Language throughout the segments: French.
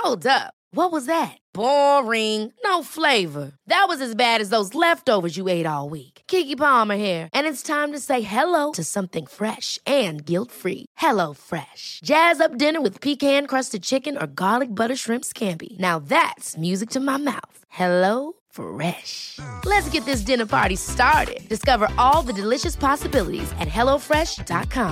Hold up. What was that? Boring. No flavor. That was as bad as those leftovers you ate all week. Keke Palmer here. And it's time to say hello to something fresh and guilt-free. Hello Fresh. Jazz up dinner with pecan-crusted chicken or garlic butter shrimp scampi. Now that's music to my mouth. Hello Fresh. Let's get this dinner party started. Discover all the delicious possibilities at hellofresh.com.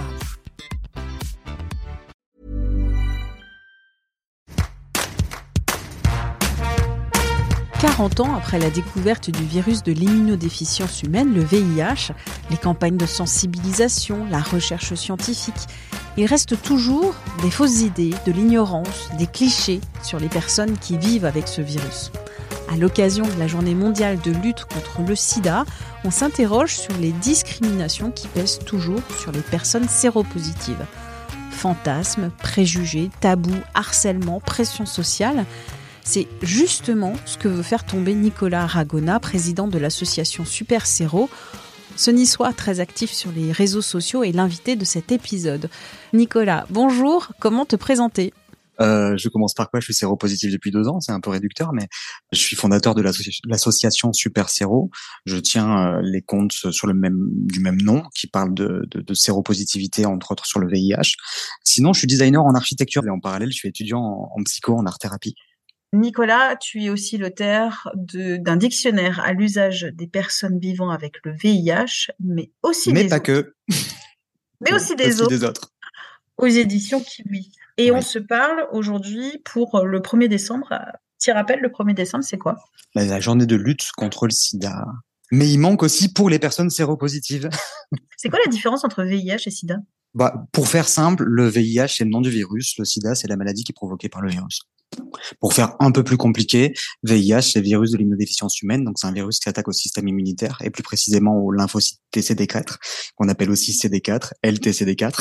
40 ans après la découverte du virus de l'immunodéficience humaine, le VIH, les campagnes de sensibilisation, la recherche scientifique, il reste toujours des fausses idées, de l'ignorance, des clichés sur les personnes qui vivent avec ce virus. À l'occasion de la Journée mondiale de lutte contre le sida, on s'interroge sur les discriminations qui pèsent toujours sur les personnes séropositives. Fantasmes, préjugés, tabous, harcèlement, pression sociale. C'est justement ce que veut faire tomber Nicolas Aragona, président de l'association Super Séro. Ce Niçois très actif sur les réseaux sociaux est l'invité de cet épisode. Nicolas, bonjour, comment te présenter ? Je commence par quoi ? Je suis séropositif depuis 2 ans, c'est un peu réducteur, mais je suis fondateur de l'association Super Séro. Je tiens les comptes du même nom, qui parlent de séropositivité, entre autres sur le VIH. Sinon, je suis designer en architecture et en parallèle, je suis étudiant en psycho, en art-thérapie. Nicolas, tu es aussi l'auteur d'un dictionnaire à l'usage des personnes vivant avec le VIH, mais aussi des autres. Mais aussi des autres. Aux éditions Kiwi. Et oui. On se parle aujourd'hui pour le 1er décembre. Petit rappel, le 1er décembre, c'est quoi ? La journée de lutte contre le sida. Mais il manque aussi pour les personnes séropositives. C'est quoi la différence entre VIH et sida ? Pour faire simple, le VIH, c'est le nom du virus. Le sida, c'est la maladie qui est provoquée par le virus. Pour faire un peu plus compliqué, VIH, c'est le virus de l'immunodéficience humaine, donc c'est un virus qui attaque au système immunitaire et plus précisément aux lymphocytes TCD4, qu'on appelle aussi CD4, LTCD4.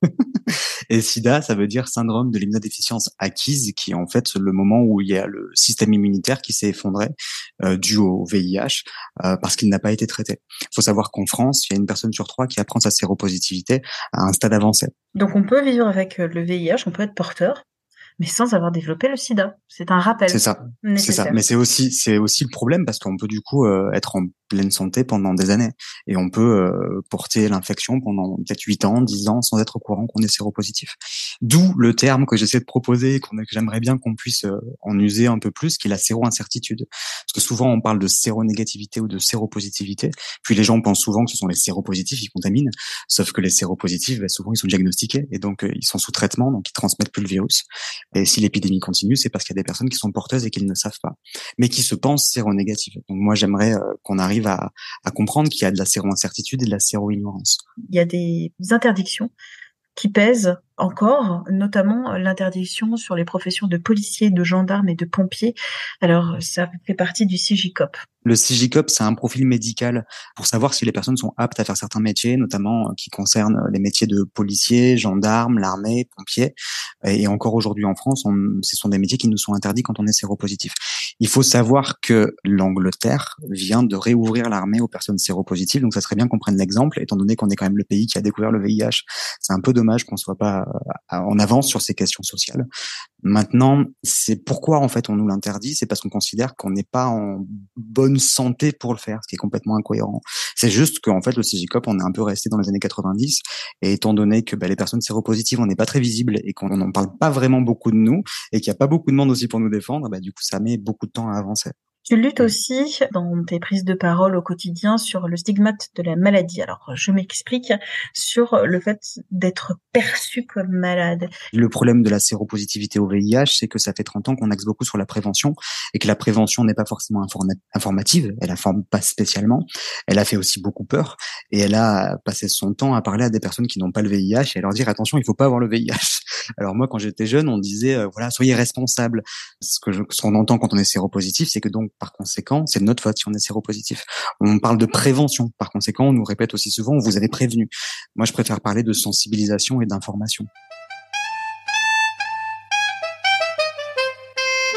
Et SIDA, ça veut dire syndrome de l'immunodéficience acquise, qui est en fait le moment où il y a le système immunitaire qui s'est effondré dû au VIH parce qu'il n'a pas été traité. Il faut savoir qu'en France, il y a 1 personne sur 3 qui apprend sa séropositivité à un stade avancé. Donc on peut vivre avec le VIH, on peut être porteur, mais sans avoir développé le sida. C'est un rappel. C'est ça. Nécessaire. C'est ça. Mais c'est aussi le problème parce qu'on peut du coup être en pleine santé pendant des années et on peut porter l'infection pendant peut-être 8 ans, 10 ans sans être au courant qu'on est séropositif. D'où le terme que j'essaie de proposer, que j'aimerais bien qu'on puisse en user un peu plus, qui est la séro-incertitude. Parce que souvent on parle de séronégativité ou de séropositivité, puis les gens pensent souvent que ce sont les séropositifs qui contaminent, sauf que les séropositifs, souvent ils sont diagnostiqués et donc ils sont sous traitement, donc ils transmettent plus le virus. Et si l'épidémie continue, c'est parce qu'il y a des personnes qui sont porteuses et qui ne le savent pas, mais qui se pensent séronégatives. Donc moi j'aimerais qu'on arrive à comprendre qu'il y a de la séro-incertitude et de la séro-ignorance. Il y a des interdictions qui pèsent encore, notamment l'interdiction sur les professions de policiers, de gendarmes et de pompiers. Alors, ça fait partie du CIGICOP. Le CIGICOP, c'est un profil médical pour savoir si les personnes sont aptes à faire certains métiers, notamment qui concernent les métiers de policiers, gendarmes, l'armée, pompiers. Et encore aujourd'hui en France, ce sont des métiers qui nous sont interdits quand on est séropositif. Il faut savoir que l'Angleterre vient de réouvrir l'armée aux personnes séropositives, donc ça serait bien qu'on prenne l'exemple, étant donné qu'on est quand même le pays qui a découvert le VIH. C'est un peu dommage qu'on soit pas en avance sur ces questions sociales. Maintenant, c'est pourquoi en fait on nous l'interdit, c'est parce qu'on considère qu'on n'est pas en bonne santé pour le faire, ce qui est complètement incohérent. C'est juste qu'en fait le CIGICOP, on est un peu resté dans les années 90, et étant donné que les personnes séropositives, on n'est pas très visibles et qu'on n'en parle pas vraiment beaucoup de nous, et qu'il n'y a pas beaucoup de monde aussi pour nous défendre, du coup ça met beaucoup de temps à avancer. Tu luttes aussi dans tes prises de parole au quotidien sur le stigmate de la maladie. Alors, je m'explique sur le fait d'être perçu comme malade. Le problème de la séropositivité au VIH, c'est que ça fait 30 ans qu'on axe beaucoup sur la prévention et que la prévention n'est pas forcément informative, elle informe pas spécialement, elle a fait aussi beaucoup peur et elle a passé son temps à parler à des personnes qui n'ont pas le VIH et à leur dire attention, il faut pas avoir le VIH. Alors moi, quand j'étais jeune, on disait soyez responsables. Ce qu'on entend quand on est séropositif, c'est que donc par conséquent, c'est de notre faute si on est séropositif. On parle de prévention. Par conséquent, on nous répète aussi souvent, on vous avait prévenu. Moi, je préfère parler de sensibilisation et d'information.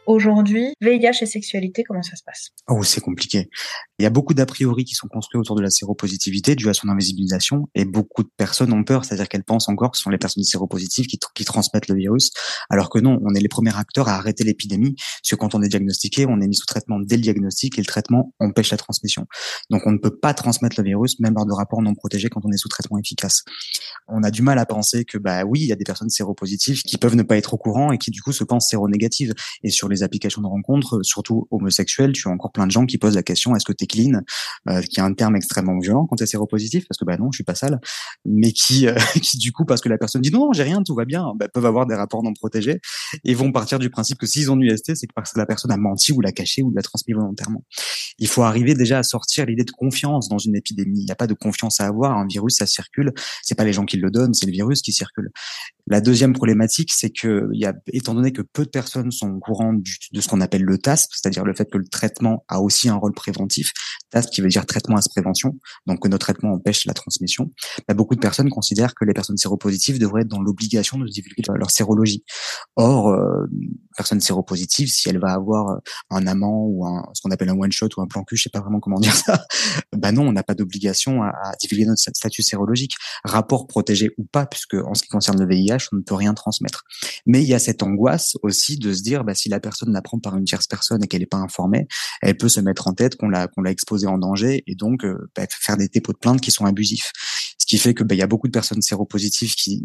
aujourd'hui, VIH et sexualité, comment ça se passe? Oh, c'est compliqué. Il y a beaucoup d'a priori qui sont construits autour de la séropositivité due à son invisibilisation et beaucoup de personnes ont peur, c'est-à-dire qu'elles pensent encore que ce sont les personnes séropositives qui transmettent le virus, alors que non, on est les premiers acteurs à arrêter l'épidémie, parce que quand on est diagnostiqué, on est mis sous traitement dès le diagnostic et le traitement empêche la transmission. Donc on ne peut pas transmettre le virus, même lors de rapports non protégés quand on est sous traitement efficace. On a du mal à penser que, oui, il y a des personnes séropositives qui peuvent ne pas être au courant et qui du coup se pensent séronégatives. Et sur les applications de rencontres, surtout homosexuelles, tu as encore plein de gens qui posent la question, est-ce que t'es clean, qui est un terme extrêmement violent quand t'es séropositif, parce que non, je suis pas sale, mais qui du coup, parce que la personne dit non, j'ai rien, tout va bien, peuvent avoir des rapports non protégés et vont partir du principe que s'ils ont une UST, c'est parce que la personne a menti ou l'a caché ou l'a transmis volontairement. Il faut arriver déjà à sortir l'idée de confiance dans une épidémie. Il n'y a pas de confiance à avoir. Un virus, ça circule. C'est pas les gens qui le donnent, c'est le virus qui circule. La deuxième problématique, c'est que étant donné que peu de personnes sont au courant de ce qu'on appelle le TASP, c'est-à-dire le fait que le traitement a aussi un rôle préventif, TASP qui veut dire traitement à prévention, donc que nos traitements empêchent la transmission, beaucoup de personnes considèrent que les personnes séropositives devraient être dans l'obligation de divulguer leur sérologie. Or, une personne séropositive, si elle va avoir un amant ou ce qu'on appelle un one-shot ou un plan cul, je sais pas vraiment comment dire ça, non, on n'a pas d'obligation à divulguer notre statut sérologique, rapport protégé ou pas, puisque en ce qui concerne le VIH, on ne peut rien transmettre. Mais il y a cette angoisse aussi de se dire, si la personne l'apprend par une tierce personne et qu'elle n'est pas informée, elle peut se mettre en tête qu'on l'a exposée en danger et donc faire des dépôts de plainte qui sont abusifs. Ce qui fait que il y a beaucoup de personnes séropositives qui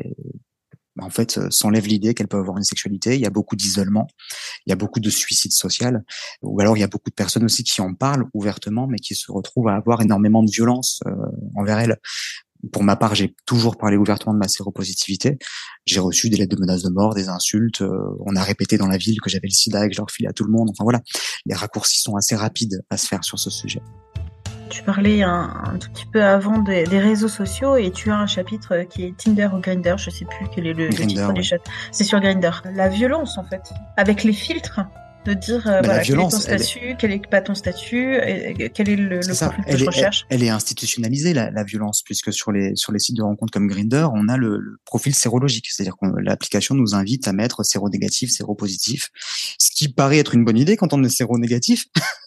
en fait s'enlèvent l'idée qu'elles peuvent avoir une sexualité. Il y a beaucoup d'isolement, il y a beaucoup de suicide social, ou alors il y a beaucoup de personnes aussi qui en parlent ouvertement mais qui se retrouvent à avoir énormément de violence envers elles. Pour ma part, j'ai toujours parlé ouvertement de ma séropositivité. J'ai reçu des lettres de menaces de mort, des insultes. On a répété dans la ville que j'avais le sida et que je le refilais à tout le monde. Enfin voilà, les raccourcis sont assez rapides à se faire sur ce sujet. Tu parlais un tout petit peu avant des réseaux sociaux et tu as un chapitre qui est Tinder ou Grindr, je sais plus quel est le titre du chat. C'est sur Grindr. La violence en fait, avec les filtres, de dire la violence, quel est ton statut, quel est pas ton statut, quel est le profil que je recherche. Elle est institutionnalisée la violence, puisque sur les sites de rencontres comme Grindr, on a le profil sérologique, c'est-à-dire que l'application nous invite à mettre séronégatif, séropositif, ce qui paraît être une bonne idée quand on est séronégatif.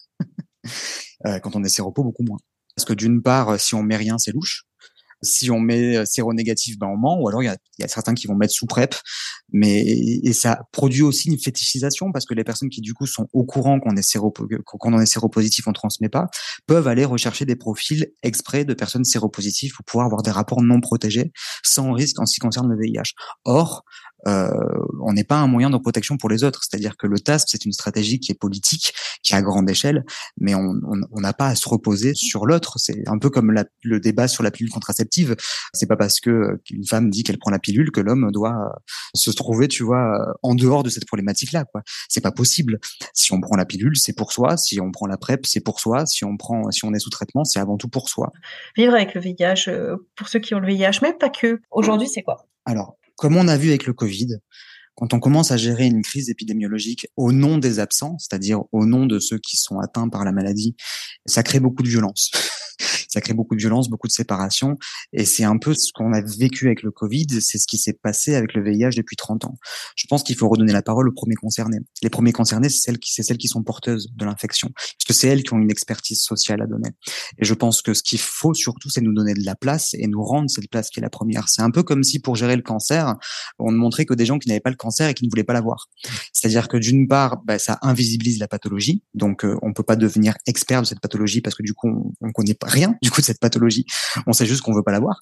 Quand on est séropo, beaucoup moins. Parce que d'une part, si on met rien, c'est louche. Si on met séronégatif, on ment. Ou alors il y a certains qui vont mettre sous PrEP, et ça produit aussi une fétichisation parce que les personnes qui du coup sont au courant qu'on est quand on est séropositif, on transmet pas, peuvent aller rechercher des profils exprès de personnes séropositives pour pouvoir avoir des rapports non protégés sans risque en ce qui concerne le VIH. Or, on n'est pas un moyen de protection pour les autres. C'est-à-dire que le TASP, c'est une stratégie qui est politique, qui est à grande échelle, mais on n'a pas à se reposer sur l'autre. C'est un peu comme le débat sur la pilule contraceptive. C'est pas parce que une femme dit qu'elle prend la pilule que l'homme doit se trouver, en dehors de cette problématique-là, quoi. C'est pas possible. Si on prend la pilule, c'est pour soi. Si on prend la PrEP, c'est pour soi. Si on est sous traitement, c'est avant tout pour soi. Vivre avec le VIH, pour ceux qui ont le VIH, mais pas que. Aujourd'hui, c'est quoi? Alors, comme on a vu avec le Covid, quand on commence à gérer une crise épidémiologique au nom des absents, c'est-à-dire au nom de ceux qui sont atteints par la maladie, ça crée beaucoup de violence. Ça crée beaucoup de violence, beaucoup de séparation. Et c'est un peu ce qu'on a vécu avec le Covid, c'est ce qui s'est passé avec le VIH depuis 30 ans. Je pense qu'il faut redonner la parole aux premiers concernés. Les premiers concernés, c'est celles qui sont porteuses de l'infection, parce que c'est elles qui ont une expertise sociale à donner. Et je pense que ce qu'il faut surtout, c'est nous donner de la place et nous rendre cette place qui est la première. C'est un peu comme si pour gérer le cancer, on ne montrait que des gens qui n'avaient pas le cancer et qui ne voulaient pas l'avoir. C'est-à-dire que d'une part, ça invisibilise la pathologie, donc on peut pas devenir expert de cette pathologie parce que du coup on connaît pas rien du coup de cette pathologie. On sait juste qu'on veut pas l'avoir.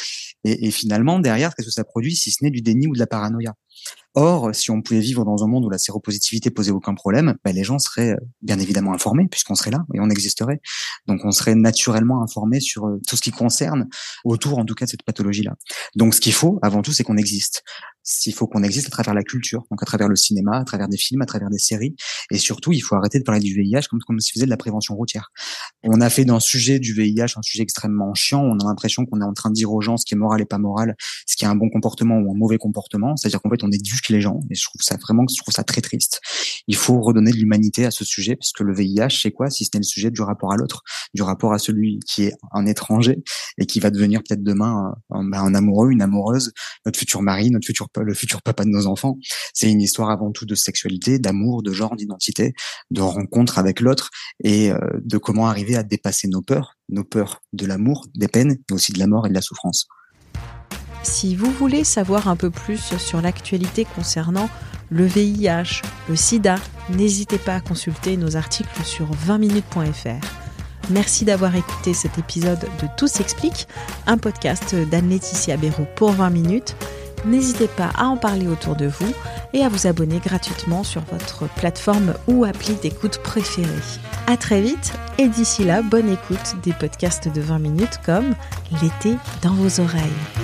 Et finalement derrière, qu'est-ce que ça produit si ce n'est du déni ou de la paranoïa? Or, si on pouvait vivre dans un monde où la séropositivité posait aucun problème, les gens seraient bien évidemment informés puisqu'on serait là et on existerait. Donc, on serait naturellement informés sur tout ce qui concerne autour, en tout cas, de cette pathologie-là. Donc, ce qu'il faut, avant tout, c'est qu'on existe. Il faut qu'on existe à travers la culture, donc à travers le cinéma, à travers des films, à travers des séries. Et surtout, il faut arrêter de parler du VIH comme s'il faisait de la prévention routière. On a fait d'un sujet du VIH un sujet extrêmement chiant. On a l'impression qu'on est en train de dire aux gens ce qui est moral et pas moral, ce qui est un bon comportement ou un mauvais comportement. C'est-à-dire qu'en fait, on éduque les gens. Et je trouve ça très triste. Il faut redonner de l'humanité à ce sujet, parce que le VIH, c'est quoi si ce n'est le sujet du rapport à l'autre, du rapport à celui qui est un étranger et qui va devenir peut-être demain un amoureux, une amoureuse, notre futur mari, notre futur le futur papa de nos enfants. C'est une histoire avant tout de sexualité, d'amour, de genre, d'identité, de rencontre avec l'autre et de comment arriver à dépasser nos peurs de l'amour, des peines, mais aussi de la mort et de la souffrance. Si vous voulez savoir un peu plus sur l'actualité concernant le VIH, le sida, n'hésitez pas à consulter nos articles sur 20minutes.fr. Merci d'avoir écouté cet épisode de Tout s'explique, un podcast d'Anne-Laetitia Béraud pour 20 minutes. N'hésitez pas à en parler autour de vous et à vous abonner gratuitement sur votre plateforme ou appli d'écoute préférée. À très vite et d'ici là, bonne écoute des podcasts de 20 minutes comme L'été dans vos oreilles.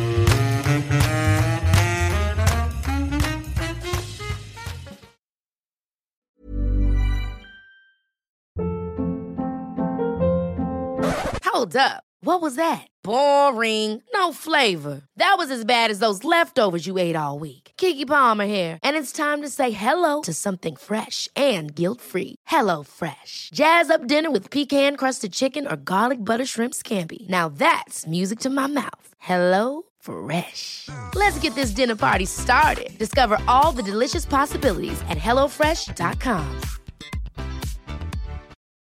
Hold up. What was that? Boring. No flavor. That was as bad as those leftovers you ate all week. Keke Palmer here, and it's time to say hello to something fresh and guilt-free. HelloFresh. Jazz up dinner with pecan-crusted chicken or garlic butter shrimp scampi. Now that's music to my mouth. HelloFresh. Let's get this dinner party started. Discover all the delicious possibilities at HelloFresh.com.